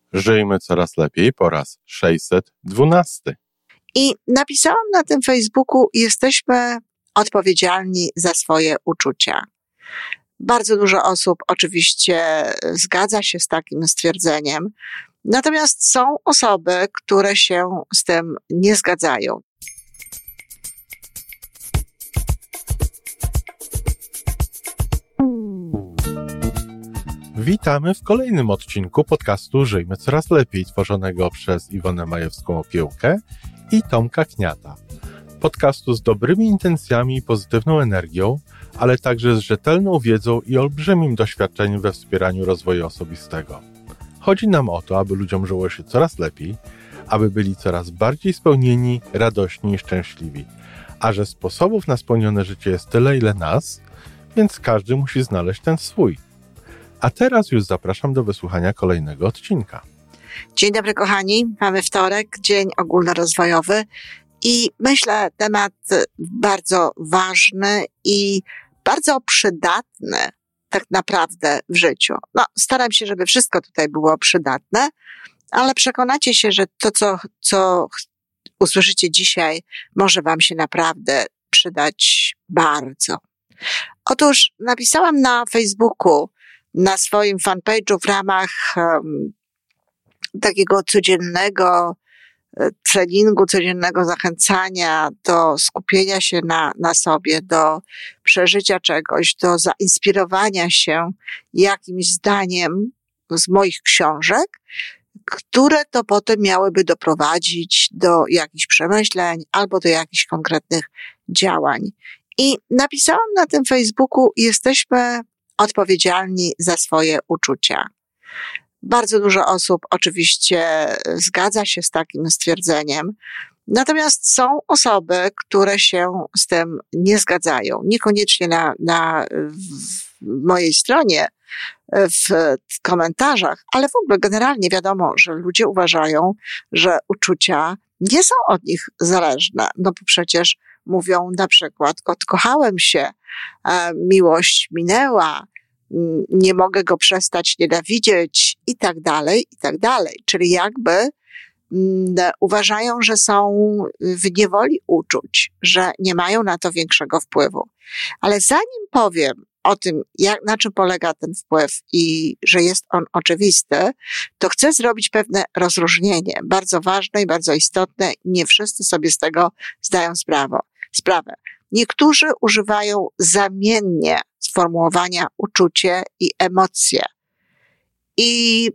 Żyjmy coraz lepiej po raz 612. I napisałam na tym Facebooku: jesteśmy odpowiedzialni za swoje uczucia. Bardzo dużo osób oczywiście zgadza się z takim stwierdzeniem, natomiast są osoby, które się z tym nie zgadzają. Witamy w kolejnym odcinku podcastu Żyjmy Coraz Lepiej, tworzonego przez Iwonę Majewską-Opiełkę i Tomka Kniata. Podcastu z dobrymi intencjami i pozytywną energią, ale także z rzetelną wiedzą i olbrzymim doświadczeniem we wspieraniu rozwoju osobistego. Chodzi nam o to, aby ludziom żyło się coraz lepiej, aby byli coraz bardziej spełnieni, radośni i szczęśliwi. A że sposobów na spełnione życie jest tyle, ile nas, więc każdy musi znaleźć ten swój. A teraz już zapraszam do wysłuchania kolejnego odcinka. Dzień dobry, kochani. Mamy wtorek, dzień ogólnorozwojowy i myślę, temat bardzo ważny i bardzo przydatny tak naprawdę w życiu. Staram się, żeby wszystko tutaj było przydatne, ale przekonacie się, że to, co usłyszycie dzisiaj, może wam się naprawdę przydać bardzo. Otóż napisałam na Facebooku, na swoim fanpage'u w ramach takiego codziennego treningu, codziennego zachęcania do skupienia się na sobie, do przeżycia czegoś, do zainspirowania się jakimś zdaniem z moich książek, które to potem miałyby doprowadzić do jakichś przemyśleń albo do jakichś konkretnych działań. I napisałam na tym Facebooku: jesteśmy odpowiedzialni za swoje uczucia. Bardzo dużo osób oczywiście zgadza się z takim stwierdzeniem, natomiast są osoby, które się z tym nie zgadzają. Niekoniecznie w mojej stronie, w komentarzach, ale w ogóle generalnie wiadomo, że ludzie uważają, że uczucia nie są od nich zależne. Bo przecież mówią na przykład: odkochałem się, miłość minęła, nie mogę go przestać nienawidzieć i tak dalej, i tak dalej. Czyli jakby uważają, że są w niewoli uczuć, że nie mają na to większego wpływu. Ale zanim powiem o tym, na czym polega ten wpływ i że jest on oczywisty, to chcę zrobić pewne rozróżnienie, bardzo ważne i bardzo istotne. Nie wszyscy sobie z tego zdają sprawę. Niektórzy używają zamiennie sformułowania uczucie i emocje i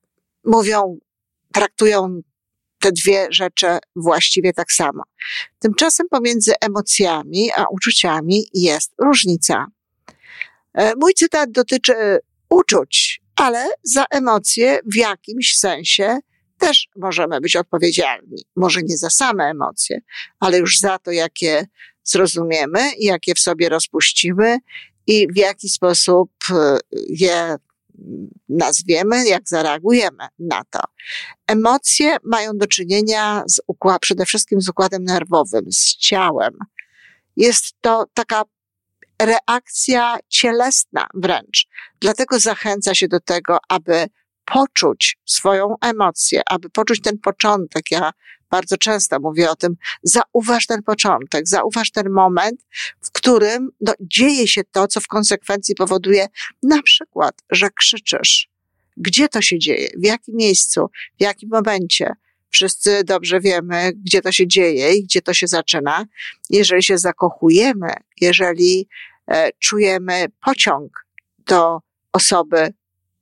traktują te dwie rzeczy właściwie tak samo. Tymczasem pomiędzy emocjami a uczuciami jest różnica. Mój cytat dotyczy uczuć, ale za emocje w jakimś sensie też możemy być odpowiedzialni. Może nie za same emocje, ale już za to, jakie zrozumiemy, jakie w sobie rozpuścimy i w jaki sposób je nazwiemy, jak zareagujemy na to. Emocje mają do czynienia przede wszystkim z układem nerwowym, z ciałem. Jest to taka reakcja cielesna wręcz. Dlatego zachęca się do tego, aby poczuć swoją emocję, aby poczuć ten początek. Ja bardzo często mówię o tym: zauważ ten początek, zauważ ten moment, w którym dzieje się to, co w konsekwencji powoduje na przykład, że krzyczysz. Gdzie to się dzieje? W jakim miejscu? W jakim momencie? Wszyscy dobrze wiemy, gdzie to się dzieje i gdzie to się zaczyna. Jeżeli się zakochujemy, jeżeli czujemy pociąg do osoby,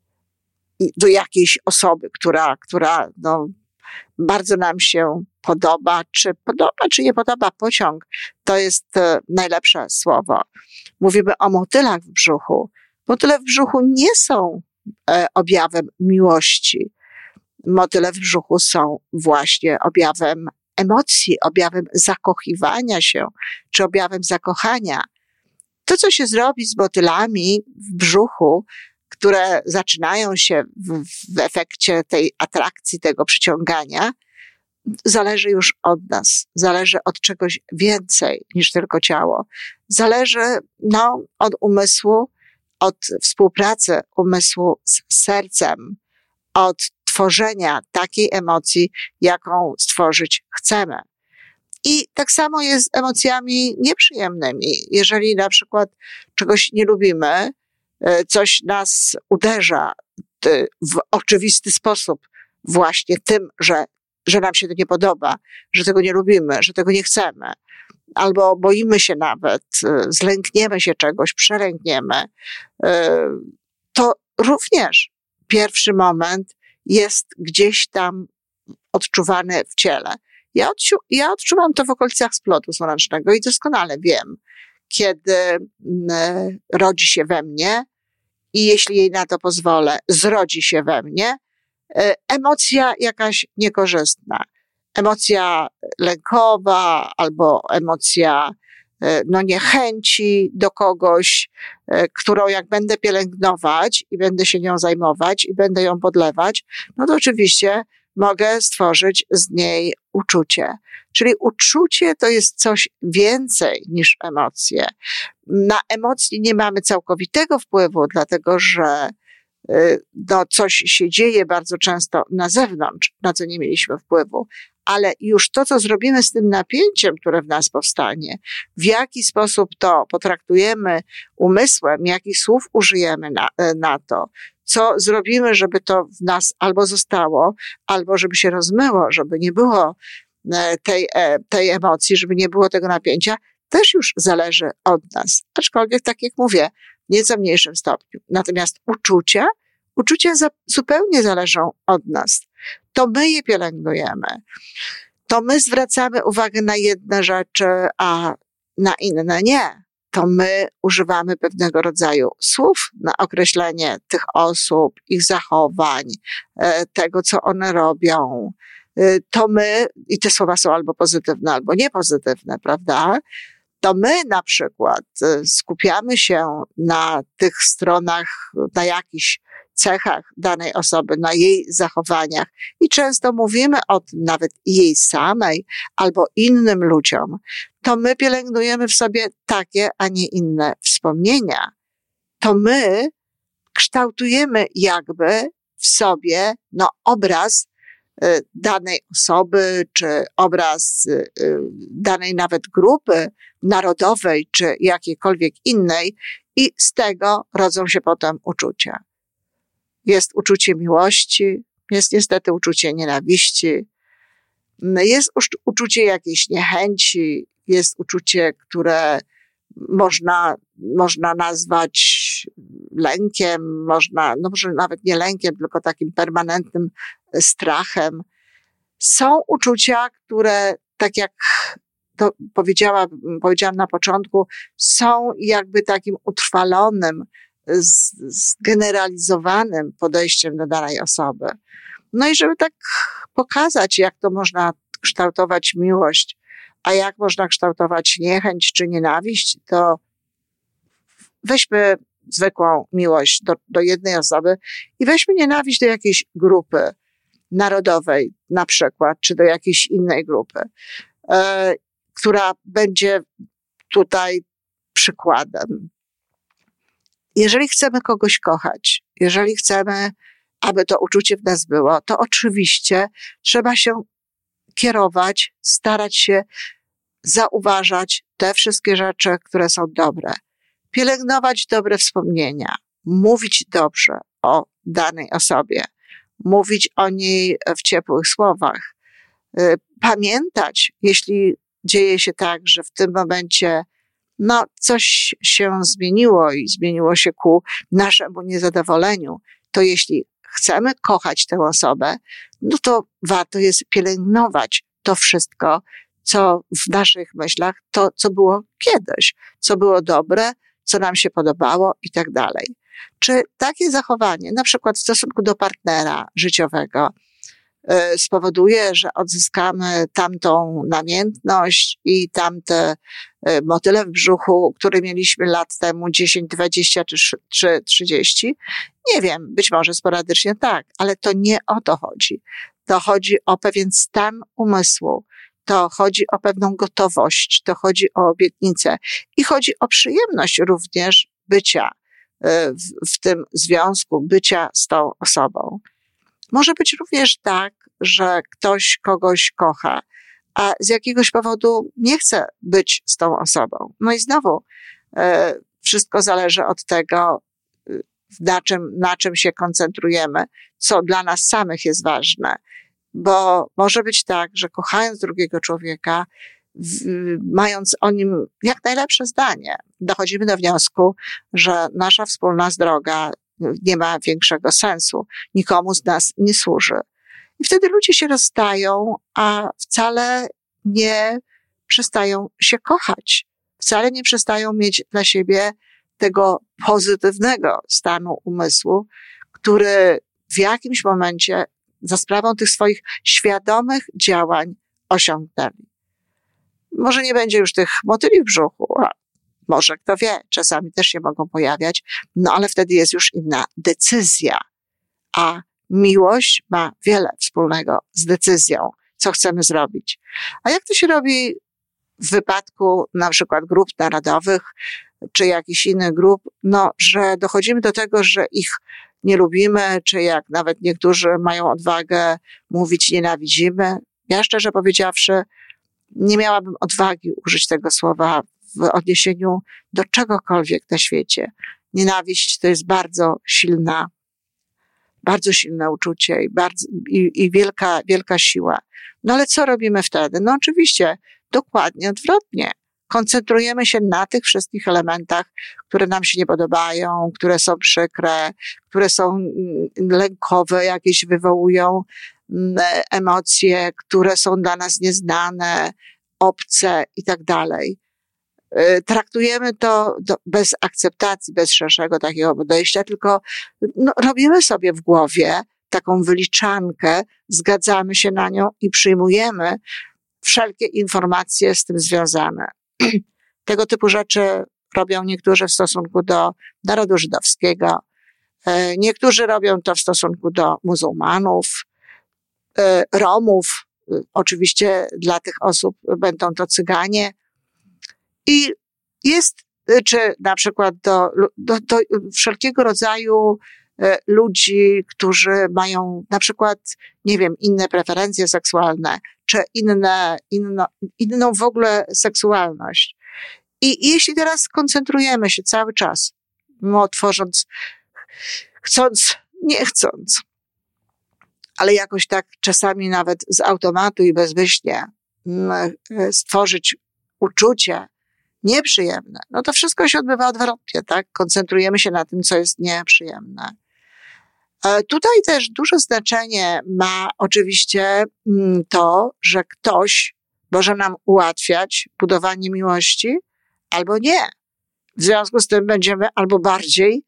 do jakiejś osoby, która bardzo nam się podoba, czy nie podoba, pociąg to jest najlepsze słowo. Mówimy o motylach w brzuchu. Motyle w brzuchu nie są objawem miłości. Motyle w brzuchu są właśnie objawem emocji, objawem zakochiwania się, czy objawem zakochania. To, co się zrobi z motylami w brzuchu, które zaczynają się w efekcie tej atrakcji, tego przyciągania, zależy już od nas, zależy od czegoś więcej niż tylko ciało. Zależy od umysłu, od współpracy umysłu z sercem, od tworzenia takiej emocji, jaką stworzyć chcemy. I tak samo jest z emocjami nieprzyjemnymi. Jeżeli na przykład czegoś nie lubimy, coś nas uderza w oczywisty sposób właśnie tym, że nam się to nie podoba, że tego nie lubimy, że tego nie chcemy, albo boimy się nawet, zlękniemy się czegoś, przelękniemy, to również pierwszy moment jest gdzieś tam odczuwany w ciele. Ja odczuwam to w okolicach splotu słonecznego i doskonale wiem, kiedy rodzi się we mnie i jeśli jej na to pozwolę, zrodzi się we mnie emocja jakaś niekorzystna. Emocja lękowa albo emocja niechęci do kogoś, którą jak będę pielęgnować i będę się nią zajmować i będę ją podlewać, no to oczywiście mogę stworzyć z niej uczucie. Czyli uczucie to jest coś więcej niż emocje. Na emocje nie mamy całkowitego wpływu, dlatego że coś się dzieje bardzo często na zewnątrz, na co nie mieliśmy wpływu, ale już to, co zrobimy z tym napięciem, które w nas powstanie, w jaki sposób to potraktujemy umysłem, jakich słów użyjemy na to, co zrobimy, żeby to w nas albo zostało, albo żeby się rozmyło, żeby nie było tej emocji, żeby nie było tego napięcia, też już zależy od nas. Aczkolwiek, tak jak mówię, w nieco mniejszym stopniu. Natomiast uczucia zupełnie zależą od nas. To my je pielęgnujemy. To my zwracamy uwagę na jedne rzeczy, a na inne nie. To my używamy pewnego rodzaju słów na określenie tych osób, ich zachowań, tego, co one robią. To my, i te słowa są albo pozytywne, albo niepozytywne, prawda? To my na przykład skupiamy się na tych stronach, na jakichś cechach danej osoby, na jej zachowaniach i często mówimy o tym nawet jej samej albo innym ludziom. To my pielęgnujemy w sobie takie, a nie inne wspomnienia. To my kształtujemy jakby w sobie obraz danej osoby, czy obraz danej nawet grupy narodowej, czy jakiejkolwiek innej i z tego rodzą się potem uczucia. Jest uczucie miłości, jest niestety uczucie nienawiści, jest uczucie jakiejś niechęci, jest uczucie, które można nazwać lękiem, może nawet nie lękiem, tylko takim permanentnym strachem. Są uczucia, które, tak jak to powiedziałam na początku, są jakby takim utrwalonym, zgeneralizowanym podejściem do danej osoby. No i żeby tak pokazać, jak to można kształtować miłość, a jak można kształtować niechęć czy nienawiść, to weźmy zwykłą miłość do jednej osoby i weźmy nienawiść do jakiejś grupy narodowej na przykład, czy do jakiejś innej grupy, która będzie tutaj przykładem. Jeżeli chcemy kogoś kochać, jeżeli chcemy, aby to uczucie w nas było, to oczywiście trzeba się kierować, starać się zauważać te wszystkie rzeczy, które są dobre. Pielęgnować dobre wspomnienia, mówić dobrze o danej osobie, mówić o niej w ciepłych słowach, pamiętać, jeśli dzieje się tak, że w tym momencie coś się zmieniło i zmieniło się ku naszemu niezadowoleniu, to jeśli chcemy kochać tę osobę, to warto jest pielęgnować to wszystko, co w naszych myślach, to, co było kiedyś, co było dobre, co nam się podobało i tak dalej. Czy takie zachowanie, na przykład w stosunku do partnera życiowego, spowoduje, że odzyskamy tamtą namiętność i tamte motyle w brzuchu, które mieliśmy lat temu 10, 20 czy 30? Nie wiem, być może sporadycznie tak, ale to nie o to chodzi. To chodzi o pewien stan umysłu, to chodzi o pewną gotowość, to chodzi o obietnicę i chodzi o przyjemność również bycia w tym związku, bycia z tą osobą. Może być również tak, że ktoś kogoś kocha, a z jakiegoś powodu nie chce być z tą osobą. No i znowu wszystko zależy od tego, na czym się koncentrujemy, co dla nas samych jest ważne. Bo może być tak, że kochając drugiego człowieka, mając o nim jak najlepsze zdanie, dochodzimy do wniosku, że nasza wspólna droga nie ma większego sensu, nikomu z nas nie służy. I wtedy ludzie się rozstają, a wcale nie przestają się kochać. Wcale nie przestają mieć dla siebie tego pozytywnego stanu umysłu, który w jakimś momencie za sprawą tych swoich świadomych działań osiągnęli. Może nie będzie już tych motyli w brzuchu, a może kto wie, czasami też się mogą pojawiać, no ale wtedy jest już inna decyzja, a miłość ma wiele wspólnego z decyzją, co chcemy zrobić. A jak to się robi w wypadku na przykład grup narodowych, czy jakichś innych grup, no, że dochodzimy do tego, że ich nie lubimy, czy jak nawet niektórzy mają odwagę mówić nienawidzimy. Ja szczerze powiedziawszy, nie miałabym odwagi użyć tego słowa w odniesieniu do czegokolwiek na świecie. Nienawiść to jest bardzo silne uczucie i wielka siła. No ale co robimy wtedy? No oczywiście dokładnie odwrotnie. Koncentrujemy się na tych wszystkich elementach, które nam się nie podobają, które są przykre, które są lękowe, jakieś wywołują emocje, które są dla nas nieznane, obce i tak dalej. Traktujemy to bez akceptacji, bez szerszego takiego podejścia, tylko robimy sobie w głowie taką wyliczankę, zgadzamy się na nią i przyjmujemy wszelkie informacje z tym związane. Tego typu rzeczy robią niektórzy w stosunku do narodu żydowskiego, niektórzy robią to w stosunku do muzułmanów, Romów, oczywiście dla tych osób będą to Cyganie i jest, czy na przykład do wszelkiego rodzaju ludzi, którzy mają na przykład, nie wiem, inne preferencje seksualne, czy inną w ogóle seksualność. I jeśli teraz koncentrujemy się cały czas, tworząc, chcąc, nie chcąc, ale jakoś tak czasami nawet z automatu i bezmyślnie stworzyć uczucie nieprzyjemne, no to wszystko się odbywa odwrotnie, tak? Koncentrujemy się na tym, co jest nieprzyjemne. Tutaj też duże znaczenie ma oczywiście to, że ktoś może nam ułatwiać budowanie miłości, albo nie. W związku z tym będziemy albo bardziej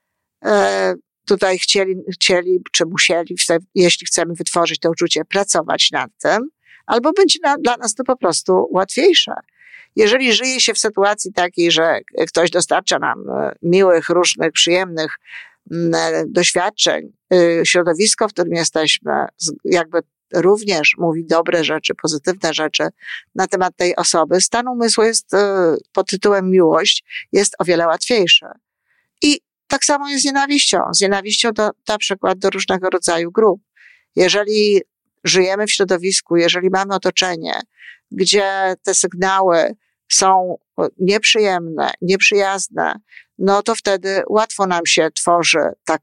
tutaj chcieli czy musieli, jeśli chcemy wytworzyć to uczucie, pracować nad tym, albo będzie dla nas to po prostu łatwiejsze. Jeżeli żyje się w sytuacji takiej, że ktoś dostarcza nam miłych, różnych, przyjemnych doświadczeń, środowisko, w którym jesteśmy, jakby również mówi dobre rzeczy, pozytywne rzeczy na temat tej osoby, stan umysłu jest pod tytułem miłość, jest o wiele łatwiejszy. I tak samo jest z nienawiścią. Z nienawiścią na przykład do różnego rodzaju grup. Jeżeli żyjemy w środowisku, jeżeli mamy otoczenie, gdzie te sygnały są nieprzyjemne, nieprzyjazne, no to wtedy łatwo nam się tworzy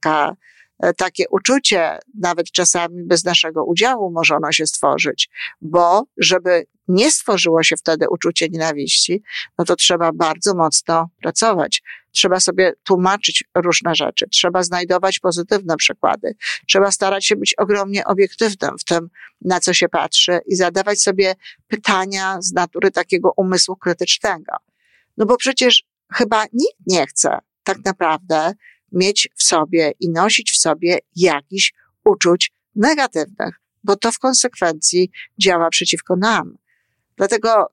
takie uczucie, nawet czasami bez naszego udziału może ono się stworzyć, bo żeby nie stworzyło się wtedy uczucie nienawiści, no to trzeba bardzo mocno pracować. Trzeba sobie tłumaczyć różne rzeczy, trzeba znajdować pozytywne przykłady, trzeba starać się być ogromnie obiektywnym w tym, na co się patrzy i zadawać sobie pytania z natury takiego umysłu krytycznego. No bo przecież chyba nikt nie chce tak naprawdę mieć w sobie i nosić w sobie jakichś uczuć negatywnych, bo to w konsekwencji działa przeciwko nam. Dlatego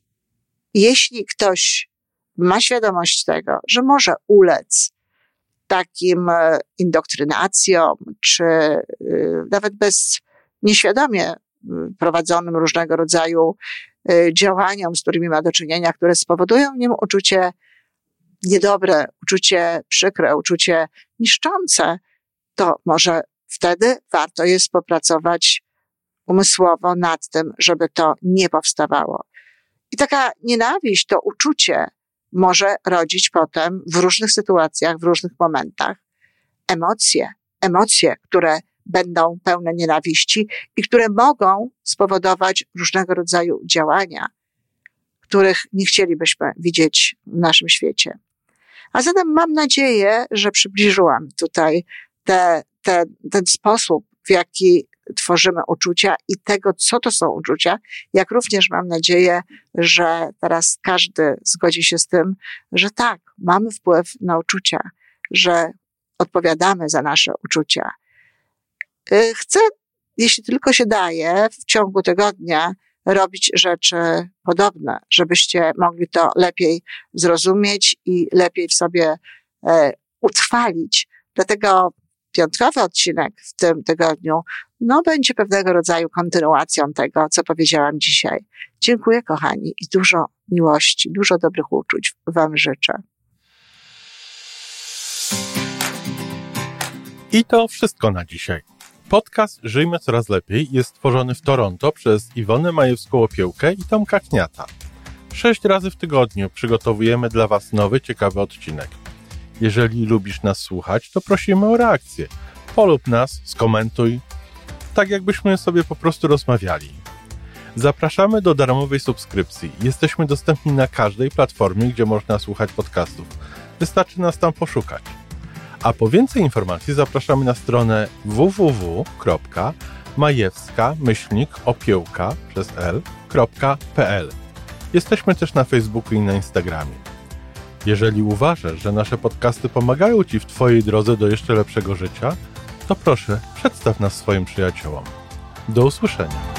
jeśli ktoś ma świadomość tego, że może ulec takim indoktrynacjom, czy nawet nieświadomie prowadzonym różnego rodzaju działaniom, z którymi ma do czynienia, które spowodują w nim uczucie niedobre, uczucie przykre, uczucie niszczące, to może wtedy warto jest popracować umysłowo nad tym, żeby to nie powstawało. I taka nienawiść, to uczucie może rodzić potem w różnych sytuacjach, w różnych momentach emocje, które będą pełne nienawiści i które mogą spowodować różnego rodzaju działania, których nie chcielibyśmy widzieć w naszym świecie. A zatem mam nadzieję, że przybliżyłam tutaj ten sposób, w jaki tworzymy uczucia i tego, co to są uczucia, jak również mam nadzieję, że teraz każdy zgodzi się z tym, że tak, mamy wpływ na uczucia, że odpowiadamy za nasze uczucia. Chcę, jeśli tylko się daje, w ciągu tygodnia robić rzeczy podobne, żebyście mogli to lepiej zrozumieć i lepiej w sobie utrwalić. Dlatego piątkowy odcinek w tym tygodniu będzie pewnego rodzaju kontynuacją tego, co powiedziałam dzisiaj. Dziękuję, kochani, i dużo miłości, dużo dobrych uczuć wam życzę. I to wszystko na dzisiaj. Podcast Żyjmy Coraz Lepiej jest stworzony w Toronto przez Iwonę Majewską-Opiełkę i Tomka Kniata. 6 razy w tygodniu przygotowujemy dla was nowy, ciekawy odcinek. Jeżeli lubisz nas słuchać, to prosimy o reakcję. Polub nas, skomentuj, tak jakbyśmy sobie po prostu rozmawiali. Zapraszamy do darmowej subskrypcji. Jesteśmy dostępni na każdej platformie, gdzie można słuchać podcastów. Wystarczy nas tam poszukać. A po więcej informacji zapraszamy na stronę www.majewska-opiełka.pl. Jesteśmy też na Facebooku i na Instagramie. Jeżeli uważasz, że nasze podcasty pomagają Ci w Twojej drodze do jeszcze lepszego życia, to proszę, przedstaw nas swoim przyjaciołom. Do usłyszenia.